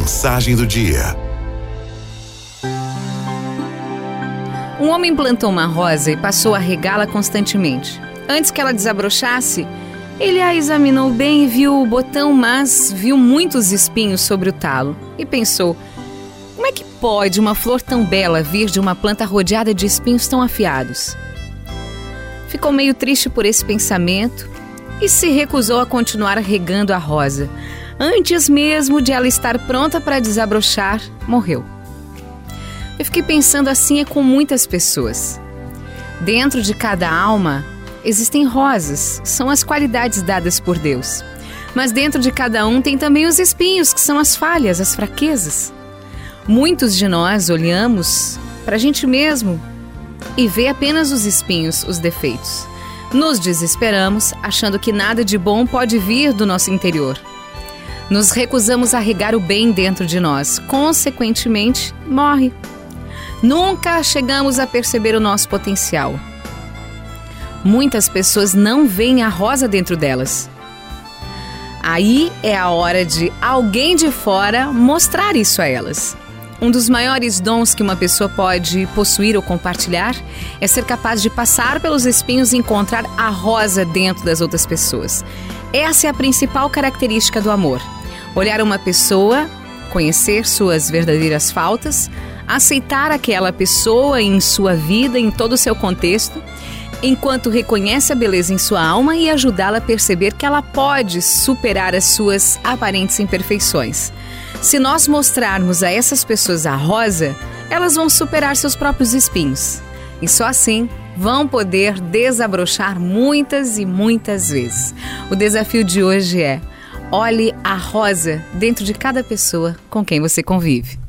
mensagem do dia. Um homem plantou uma rosa e passou a regá-la constantemente. Antes que ela desabrochasse, ele a examinou bem e viu o botão, mas viu muitos espinhos sobre o talo. E pensou, como é que pode uma flor tão bela vir de uma planta rodeada de espinhos tão afiados? Ficou meio triste por esse pensamento e se recusou a continuar regando a rosa. Antes mesmo de ela estar pronta para desabrochar, morreu. Eu fiquei pensando assim com muitas pessoas. Dentro de cada alma existem rosas, são as qualidades dadas por Deus. Mas dentro de cada um tem também os espinhos, que são as falhas, as fraquezas. Muitos de nós olhamos para a gente mesmo e vê apenas os espinhos, os defeitos. Nos desesperamos, achando que nada de bom pode vir do nosso interior. Nos recusamos a regar o bem dentro de nós, consequentemente, morre. Nunca chegamos a perceber o nosso potencial. Muitas pessoas não veem a rosa dentro delas. Aí é a hora de alguém de fora mostrar isso a elas. Um dos maiores dons que uma pessoa pode possuir ou compartilhar é ser capaz de passar pelos espinhos e encontrar a rosa dentro das outras pessoas. Essa é a principal característica do amor. Olhar uma pessoa, conhecer suas verdadeiras faltas, aceitar aquela pessoa em sua vida, em todo o seu contexto, enquanto reconhece a beleza em sua alma e ajudá-la a perceber que ela pode superar as suas aparentes imperfeições. Se nós mostrarmos a essas pessoas a rosa, elas vão superar seus próprios espinhos. E só assim vão poder desabrochar muitas e muitas vezes. O desafio de hoje é: olhe a rosa dentro de cada pessoa com quem você convive.